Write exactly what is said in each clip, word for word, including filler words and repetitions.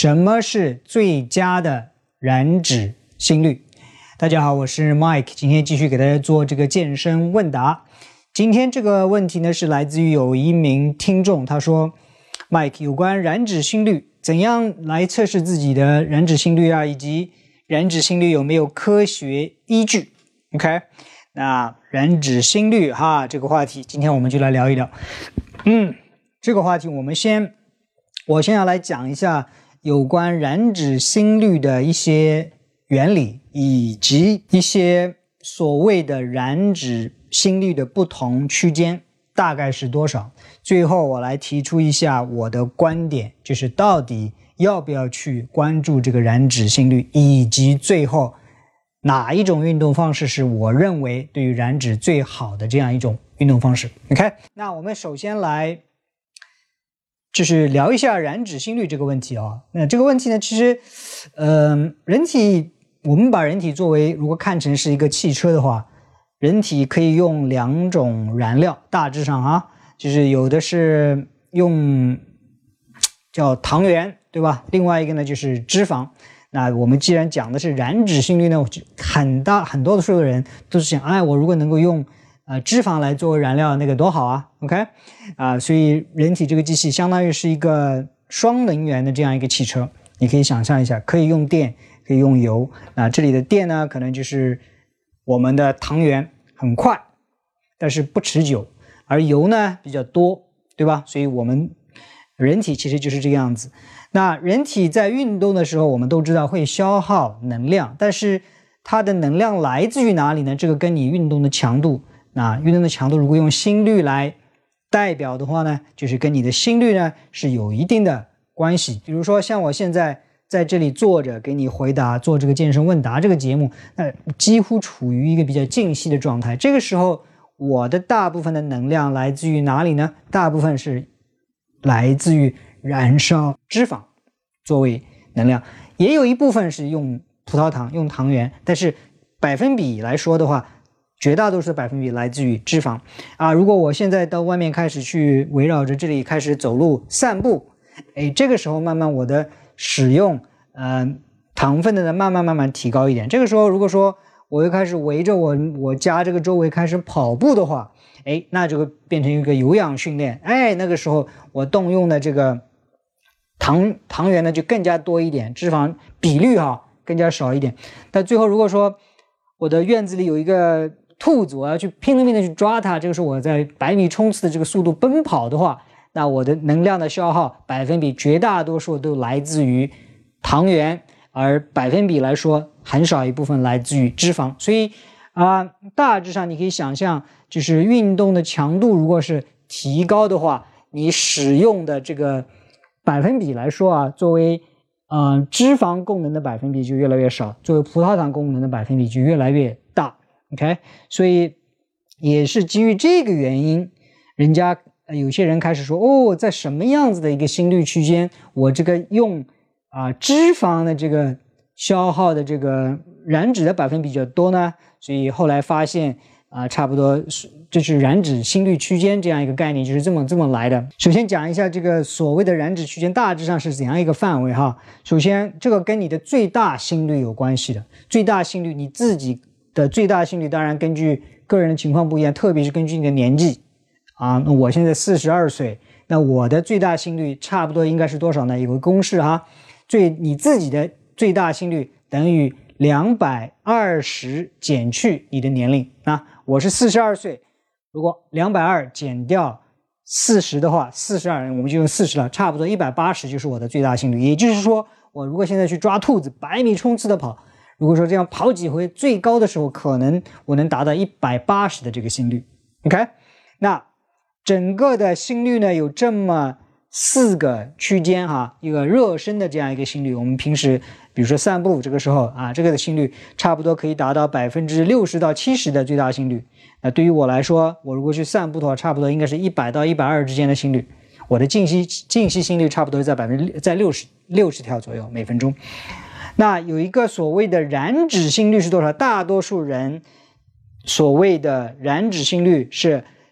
什么是最佳的燃脂心率？大家好，我是 Mike， 今天继续给大家做这个健身问答。今天这个问题呢是来自于有一名听众，他说 Mike 有关燃脂心率，怎样来测试自己的燃脂心率啊，以及燃脂心率有没有科学依据 OK， 那燃脂心率哈这个话题今天我们就来聊一聊。嗯，这个话题我们先我先要来讲一下有关燃脂心率的一些原理，以及一些所谓的燃脂心率的不同区间大概是多少。最后我来提出一下我的观点，就是到底要不要去关注这个燃脂心率，以及最后哪一种运动方式是我认为对于燃脂最好的这样一种运动方式。 OK， 那我们首先来就是聊一下燃脂心率这个问题啊。那这个问题呢，其实呃，人体我们把人体作为如果看成是一个汽车的话，人体可以用两种燃料，大致上啊，就是有的是用叫糖原，对吧？另外一个呢就是脂肪。那我们既然讲的是燃脂心率呢，很大很多的数的人都是想，哎，我如果能够用呃脂肪来作为燃料，那个多好啊 ，OK 啊、呃，所以人体这个机器相当于是一个双能源的这样一个汽车。你可以想象一下，可以用电，可以用油。那这里的电呢，可能就是我们的糖原，很快，但是不持久，而油呢比较多，对吧？所以我们人体其实就是这个样子。那人体在运动的时候，我们都知道会消耗能量，但是它的能量来自于哪里呢？这个跟你运动的强度，那运动的强度如果用心率来代表的话呢，就是跟你的心率呢是有一定的关系。比如说像我现在在这里坐着给你回答，做这个健身问答这个节目，那几乎处于一个比较静息的状态。这个时候我的大部分的能量来自于哪里呢？大部分是来自于燃烧脂肪作为能量，也有一部分是用葡萄糖，用糖原，但是百分比来说的话，绝大多数的百分比来自于脂肪啊。如果我现在到外面开始去围绕着这里开始走路散步，哎，这个时候慢慢我的使用呃糖分的呢慢慢慢慢提高一点。这个时候如果说我又开始围着我我家这个周围开始跑步的话，哎，那这个变成一个有氧训练，哎，那个时候我动用的这个糖糖原呢就更加多一点，脂肪比率哈、啊、更加少一点。但最后如果说我的院子里有一个兔子，我要去拼了命的去抓它，这个时候我在百米冲刺的这个速度奔跑的话，那我的能量的消耗百分比绝大多数都来自于糖原，而百分比来说很少一部分来自于脂肪。所以啊、呃，大致上你可以想象，就是运动的强度如果是提高的话，你使用的这个百分比来说啊，作为呃脂肪功能的百分比就越来越少，作为葡萄糖功能的百分比就越来越大。 OK， 所以也是基于这个原因，人家有些人开始说，哦，在什么样子的一个心率区间，我这个用啊、呃、脂肪的这个消耗的这个燃脂的百分比较多呢？所以后来发现啊、呃，差不多是就是燃脂心率区间这样一个概念就是这么这么来的。首先讲一下这个所谓的燃脂区间大致上是怎样一个范围哈。首先这个跟你的最大心率有关系的，最大心率你自己的最大心率当然根据个人的情况不一样，特别是根据你的年纪啊。那我现在四十二岁，那我的最大心率差不多应该是多少呢？有个公式哈，最你自己的最大心率等于两百二十减去你的年龄。那我是四十二岁，如果两百二减减掉四十的话，四十二我们就用四十了，差不多一百八十就是我的最大心率。也就是说，我如果现在去抓兔子，百米冲刺的跑，如果说这样跑几回，最高的时候可能我能达到一百八十的这个心率。 OK， 那整个的心率呢有这么四个区间哈，一个热身的这样一个心率，我们平时比如说散步这个时候啊，这个的心率差不多可以达到百分之六十到七十的最大心率。那对于我来说，我如果去散步的话，差不多应该是一百到一百二十之间的心率，我的静息静息心率差不多在百分之在六十六十条左右每分钟。那有一个所谓的燃脂心率是多少？大多数人所谓的燃脂心率是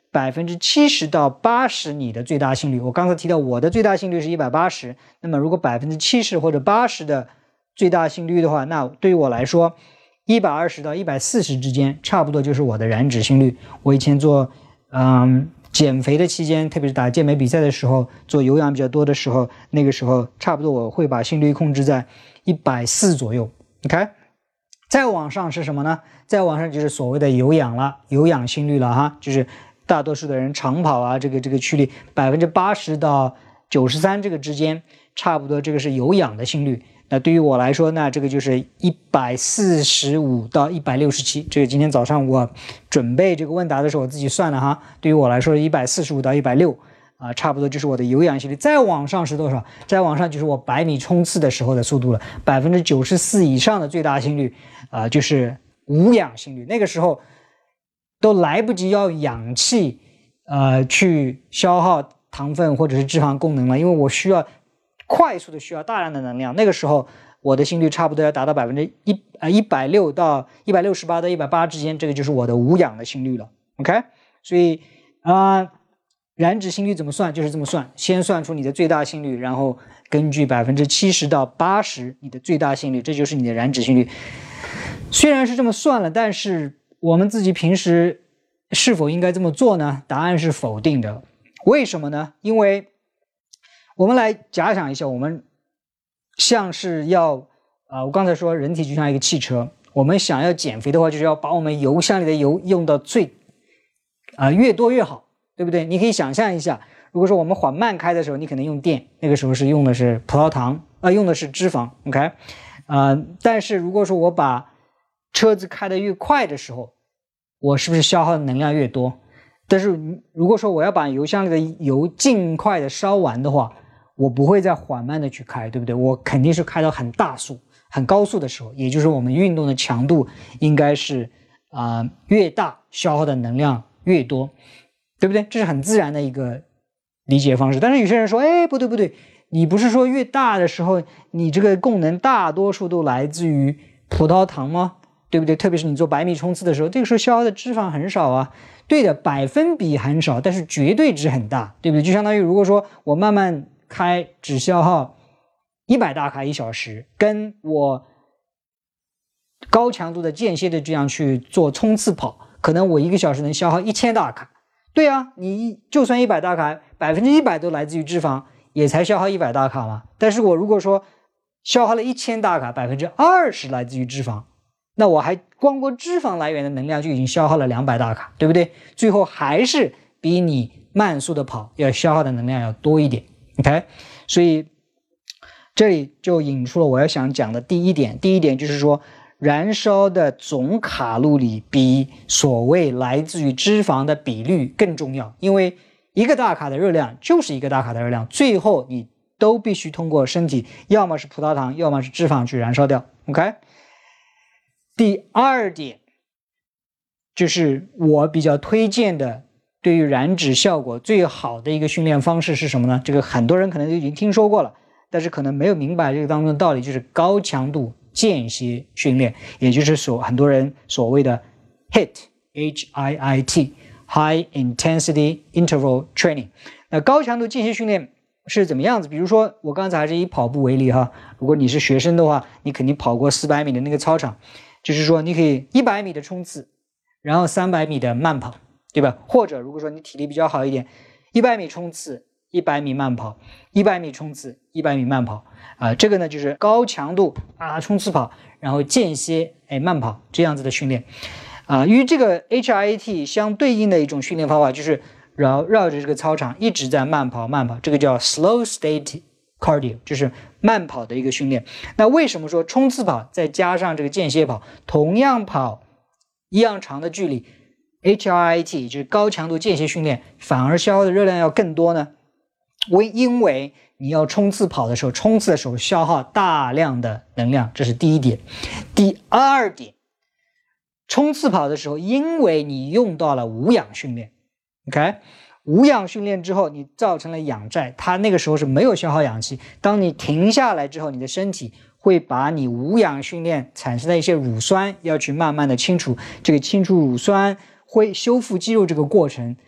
百分之七十到八十你的最大心率。我刚才提到我的最大心率是一百八十，那么如果百分之七十或者八十的最大心率的话，那对于我来说一百二十到一百四十之间差不多就是我的燃脂心率。我以前做嗯减肥的期间，特别是打健美比赛的时候，做有氧比较多的时候，那个时候差不多我会把心率控制在一百四左右。 OK， 再往上是什么呢？再往上就是所谓的有氧了，有氧心率了哈，就是大多数的人长跑啊，这个这个曲率百分之八十到九十三这个之间，差不多这个是有氧的心率。那对于我来说，那这个就是一百四十五到一百六十七。这个今天早上我准备这个问答的时候，我自己算了哈，对于我来说一百四十五到一百六十啊，差不多就是我的有氧心率。再往上是多少？再往上就是我百米冲刺的时候的速度了，百分之九十四以上的最大心率啊，就是无氧心率。那个时候都来不及要氧气呃去消耗糖分或者是脂肪功能了，因为我需要快速的需要大量的能量。那个时候我的心率差不多要达到百分之一呃一百六到一百六十八到一百八之间，这个就是我的无氧的心率了。OK， 所以啊、呃，燃脂心率怎么算？就是这么算，先算出你的最大心率，然后根据百分之七十到八十你的最大心率，这就是你的燃脂心率。虽然是这么算了，但是我们自己平时是否应该这么做呢？答案是否定的。为什么呢？因为我们来假想一下，我们像是要啊、呃，我刚才说人体就像一个汽车，我们想要减肥的话，就是要把我们油箱里的油用到最啊、呃、越多越好，对不对？你可以想象一下，如果说我们缓慢开的时候，你可能用电，那个时候是用的是葡萄糖啊、呃，用的是脂肪 ，OK， 啊、呃，但是如果说我把车子开得越快的时候，我是不是消耗的能量越多？但是如果说我要把油箱里的油尽快的烧完的话，我不会再缓慢的去开，对不对？我肯定是开到很大速、很高速的时候，也就是我们运动的强度应该是啊、呃、越大，消耗的能量越多，对不对？这是很自然的一个理解方式。但是有些人说，哎，不对不对，你不是说越大的时候，你这个功能大多数都来自于葡萄糖吗？对不对？特别是你做百米冲刺的时候，这个时候消耗的脂肪很少啊。对的，百分比很少，但是绝对值很大，对不对？就相当于如果说我慢慢开只消耗一百大卡一小时，跟我高强度的间歇的这样去做冲刺跑，可能我一个小时能消耗一千大卡。对啊，你就算一百大卡，百分之一百都来自于脂肪，也才消耗一百大卡嘛。但是我如果说消耗了一千大卡，百分之二十来自于脂肪，那我还光过脂肪来源的能量就已经消耗了两百大卡，对不对？最后还是比你慢速的跑要消耗的能量要多一点。OK， 所以这里就引出了我要想讲的第一点。第一点就是说，燃烧的总卡路里比所谓来自于脂肪的比率更重要，因为一个大卡的热量就是一个大卡的热量，最后你都必须通过身体，要么是葡萄糖，要么是脂肪去燃烧掉。OK。第二点就是我比较推荐的对于燃脂效果最好的一个训练方式是什么呢？这个很多人可能都已经听说过了，但是可能没有明白这个当中的道理，就是高强度间歇训练，也就是所很多人所谓的 H I I T H I I T High Intensity Interval Training。 那高强度间歇训练是怎么样子？比如说我刚才还是以跑步为例哈，如果你是学生的话，你肯定跑过四百米的那个操场，就是说你可以一百米的冲刺，然后三百米的慢跑，对吧？或者如果说你体力比较好一点，一百米冲刺，一百米慢跑，一百米冲刺，一百米慢跑啊、呃，这个呢就是高强度啊冲刺跑，然后间歇哎慢跑这样子的训练啊、呃。与这个 H I I T 相对应的一种训练方法就是绕绕着这个操场一直在慢跑慢跑，这个叫 slow state cardio， 就是慢跑的一个训练。那为什么说冲刺跑再加上这个间歇跑，同样跑一样长的距离， H I I T 就是高强度间歇训练反而消耗的热量要更多呢？因为你要冲刺跑的时候，冲刺的时候消耗大量的能量，这是第一点。第二点，冲刺跑的时候，因为你用到了无氧训练 OK， 无氧训练之后你造成了氧债，它那个时候是没有消耗氧气，当你停下来之后，你的身体会把你无氧训练产生的一些乳酸要去慢慢的清除，这个清除乳酸会修复肌肉这个过程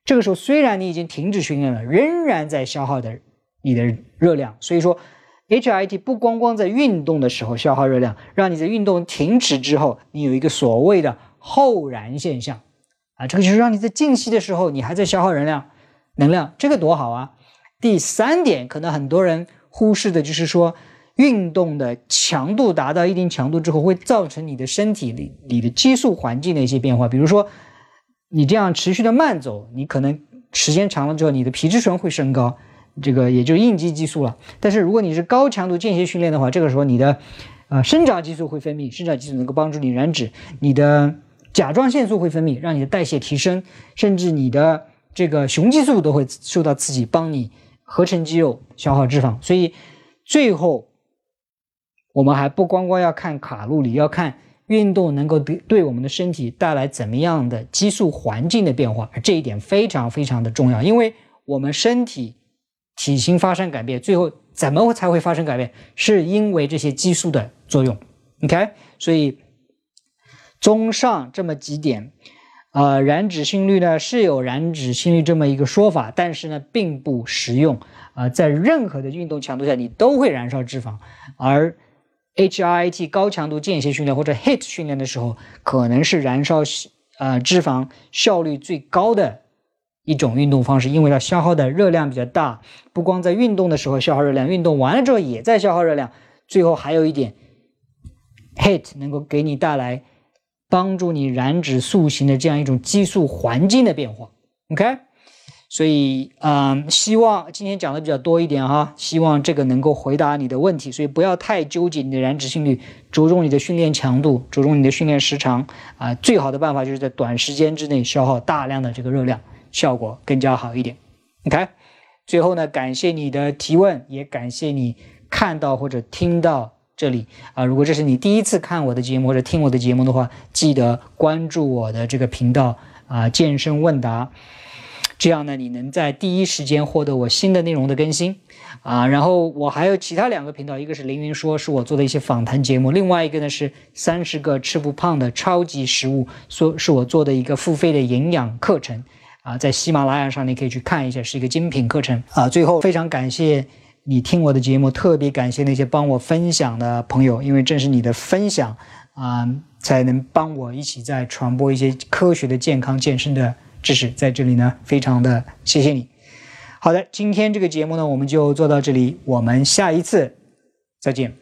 这个时候虽然你已经停止训练了，仍然在消耗的你的热量。所以说 H I I T 不光光在运动的时候消耗热量，让你在运动停止之后，你有一个所谓的后燃现象啊，这个就是让你在静息的时候你还在消耗能量能量，这个多好啊。第三点，可能很多人忽视的就是说，运动的强度达到一定强度之后，会造成你的身体里里的激素环境的一些变化。比如说你这样持续的慢走，你可能时间长了之后，你的皮质醇会升高，这个也就是应激激素了。但是如果你是高强度间歇训练的话，这个时候你的呃生长激素会分泌，生长激素能够帮助你燃脂，你的甲状腺素会分泌，让你的代谢提升，甚至你的这个雄激素都会受到刺激，帮你合成肌肉，消耗脂肪。所以最后我们还不光光要看卡路里，要看运动能够对我们的身体带来怎么样的激素环境的变化，这一点非常非常的重要。因为我们身体体型发生改变，最后怎么才会发生改变，是因为这些激素的作用。 OK， 所以综上这么几点，呃，燃脂心率呢是有燃脂心率这么一个说法，但是呢并不实用。呃，在任何的运动强度下，你都会燃烧脂肪，而 H I I T 高强度间歇训练或者 H I I T 训练的时候，可能是燃烧呃脂肪效率最高的一种运动方式，因为它消耗的热量比较大，不光在运动的时候消耗热量，运动完了之后也在消耗热量，最后还有一点 H I I T 能够给你带来帮助你燃脂塑形的这样一种激素环境的变化。 OK， 所以嗯，希望今天讲的比较多一点哈，希望这个能够回答你的问题。所以不要太纠结你的燃脂心率，着重你的训练强度，着重你的训练时长啊。最好的办法就是在短时间之内消耗大量的这个热量，效果更加好一点。 OK， 最后呢，感谢你的提问，也感谢你看到或者听到这里啊。如果这是你第一次看我的节目或者听我的节目的话，记得关注我的这个频道啊，健身问答，这样呢你能在第一时间获得我新的内容的更新啊。然后我还有其他两个频道，一个是凌云说，是我做的一些访谈节目，另外一个呢是三十个吃不胖的超级食物，说是我做的一个付费的营养课程啊，在喜马拉雅上你可以去看一下，是一个精品课程啊。最后非常感谢你听我的节目，特别感谢那些帮我分享的朋友，因为正是你的分享啊，才能帮我一起在传播一些科学的健康健身的知识。在这里呢，非常的谢谢你。好的，今天这个节目呢，我们就做到这里，我们下一次再见。